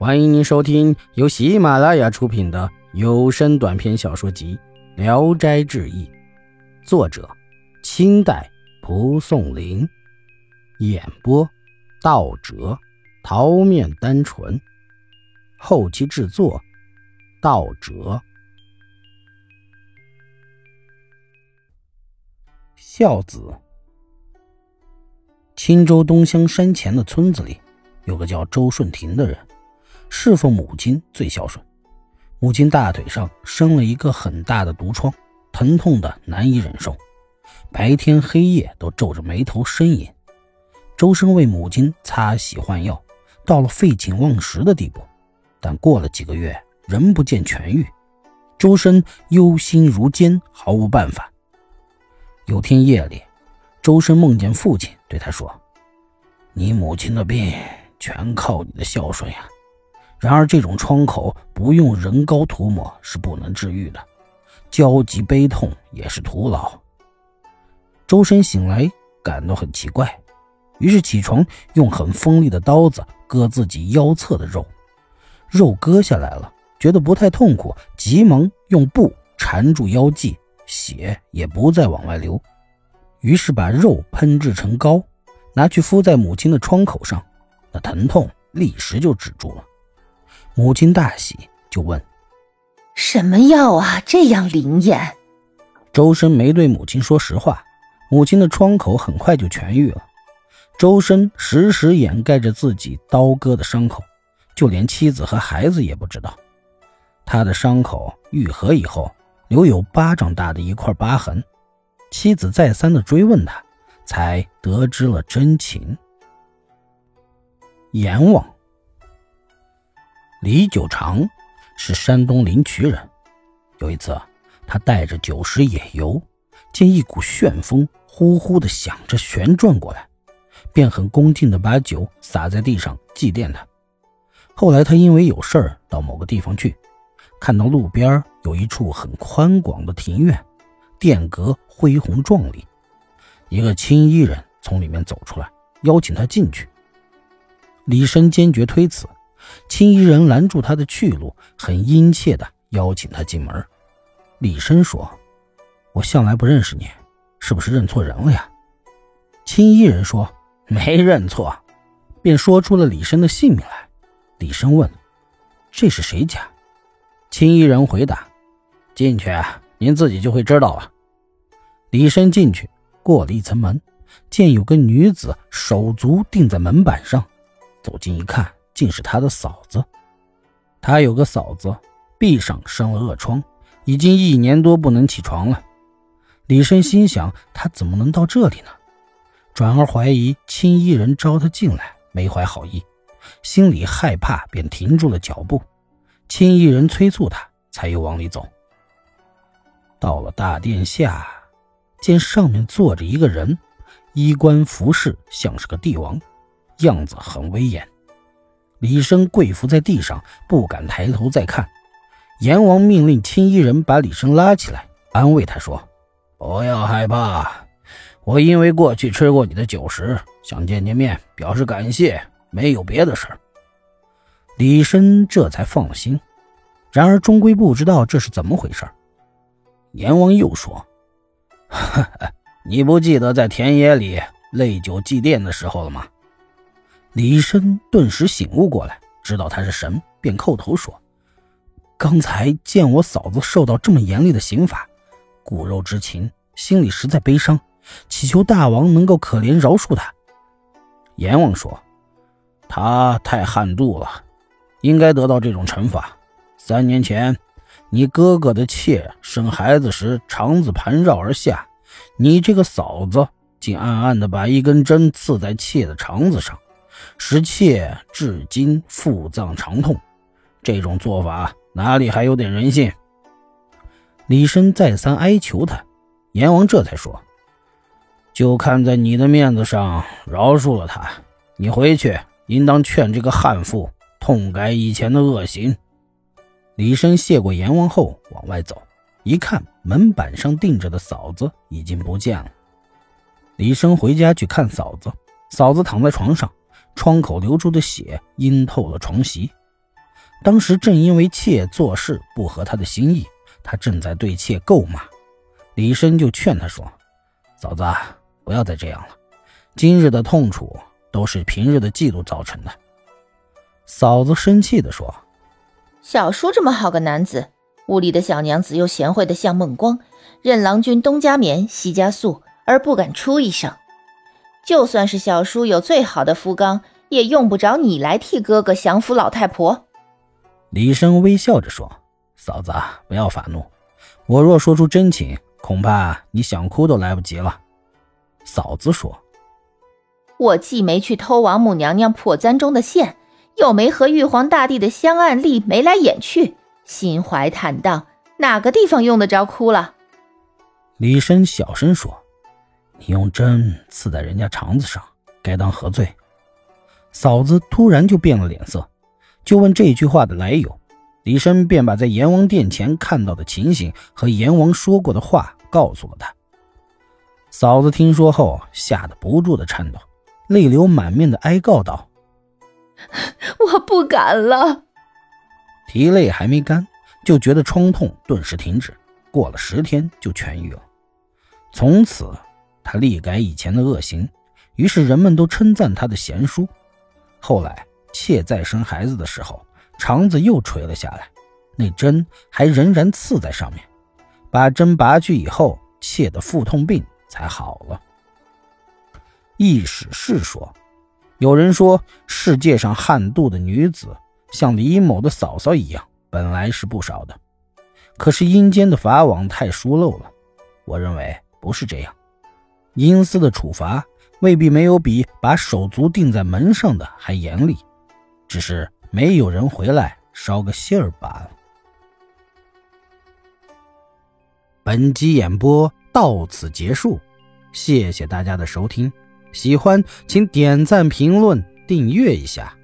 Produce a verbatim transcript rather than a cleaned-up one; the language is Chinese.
欢迎您收听由喜马拉雅出品的有声短篇小说集《聊斋志异》，作者清代蒲松龄，演播道哲、桃面单纯，后期制作道哲。孝子。青州东乡山前的村子里有个叫周顺庭的人，侍奉母亲最孝顺。母亲大腿上生了一个很大的毒疮，疼痛的难以忍受，白天黑夜都皱着眉头呻吟。周生为母亲擦洗换药，到了废寝忘食的地步，但过了几个月仍不见痊愈。周生忧心如煎，毫无办法。有天夜里，周生梦见父亲对他说：你母亲的病全靠你的孝顺呀，然而这种疮口不用人膏涂抹是不能治愈的，焦急悲痛也是徒劳。周生醒来感到很奇怪，于是起床用很锋利的刀子割自己腰侧的肉，肉割下来了，觉得不太痛苦，急忙用布缠住腰际，血也不再往外流，于是把肉喷制成膏，拿去敷在母亲的创口上，那疼痛立时就止住了。母亲大喜，就问： 什么药啊，这样灵验？ 周生没对母亲说实话，母亲的创口很快就痊愈了。周生时时掩盖着自己刀割的伤口，就连妻子和孩子也不知道。他的伤口愈合以后，留有巴掌大的一块疤痕，妻子再三的追问他，才得知了真情。阎王。李九常是山东临朐人，有一次他带着酒食野游，见一股旋风呼呼地响着旋转过来，便很恭敬地把酒洒在地上祭奠他。后来他因为有事儿到某个地方去，看到路边有一处很宽广的庭院，殿阁恢宏壮丽，一个青衣人从里面走出来，邀请他进去。李绅坚决推辞，青衣人拦住他的去路，很殷切地邀请他进门。李绅说：我向来不认识你，是不是认错人了呀？青衣人说：没认错，便说出了李绅的姓名来。李绅问：这是谁家？青衣人回答：进去您自己就会知道了。李绅进去，过了一层门，见有个女子手足钉在门板上，走近一看，竟是他的嫂子。他有个嫂子，臂上生了恶疮，已经一年多不能起床了。李绅心想，他怎么能到这里呢？转而怀疑青衣人招他进来没怀好意，心里害怕，便停住了脚步。青衣人催促他，才又往里走。到了大殿下，见上面坐着一个人，衣冠服饰像是个帝王，样子很威严。李绅跪伏在地上，不敢抬头再看。阎王命令青衣人把李绅拉起来，安慰他说：不要害怕，我因为过去吃过你的酒食，想见见面表示感谢，没有别的事儿。李绅这才放了心，然而终归不知道这是怎么回事。阎王又说：呵呵，你不记得在田野里泪酒祭奠的时候了吗？李绅顿时醒悟过来，知道他是神，便叩头说：刚才见我嫂子受到这么严厉的刑罚，骨肉之情，心里实在悲伤，祈求大王能够可怜饶恕他。阎王说：他太悍妒了，应该得到这种惩罚。三年前你哥哥的妾生孩子时肠子盘绕而下，你这个嫂子竟暗暗地把一根针刺在妾的肠子上，使妾至今腹脏长痛，这种做法哪里还有点人性？李绅再三哀求他，阎王这才说：就看在你的面子上饶恕了他，你回去应当劝这个悍妇痛改以前的恶行。李绅谢过阎王后往外走，一看门板上钉着的嫂子已经不见了。李绅回家去看嫂子，嫂子躺在床上，窗口流出的血阴透了床席。 当时正因为妾做事不合他的心意，他正在对妾咒骂。李生就劝他说：嫂子，不要再这样了，今日的痛楚都是平日的嫉妒造成的。嫂子生气地说： 小叔这么好个男子，屋里的小娘子又贤惠的像孟光，任郎君东家棉西家素，而不敢出一声。就算是小叔有最好的夫纲，也用不着你来替哥哥降服老太婆。 李生微笑着说：嫂子，不要发怒，我若说出真情，恐怕你想哭都来不及了。嫂子说： 我既没去偷王母娘娘破簪中的线，又没和玉皇大帝的香案例眉来眼去，心怀坦荡，哪个地方用得着哭了？ 李生小声说：你用针刺在人家肠子上，该当何罪？嫂子突然就变了脸色，就问这句话的来由。李生便把在阎王殿前看到的情形和阎王说过的话告诉了他。嫂子听说后吓得不住的颤抖，泪流满面的哀告道： 我不敢了。 涕泪还没干，就觉得创痛顿时停止，过了十天就痊愈了。从此他力改以前的恶行，于是人们都称赞他的贤淑。后来妾再生孩子的时候，肠子又垂了下来，那针还仍然刺在上面，把针拔去以后，妾的腹痛病才好了。易史是说，有人说世界上悍妒的女子像李某的嫂嫂一样，本来是不少的，可是阴间的法网太疏漏了。我认为不是这样，阴司的处罚未必没有比把手足钉在门上的还严厉，只是没有人回来捎个信儿罢了。本集演播到此结束，谢谢大家的收听，喜欢请点赞评论订阅一下。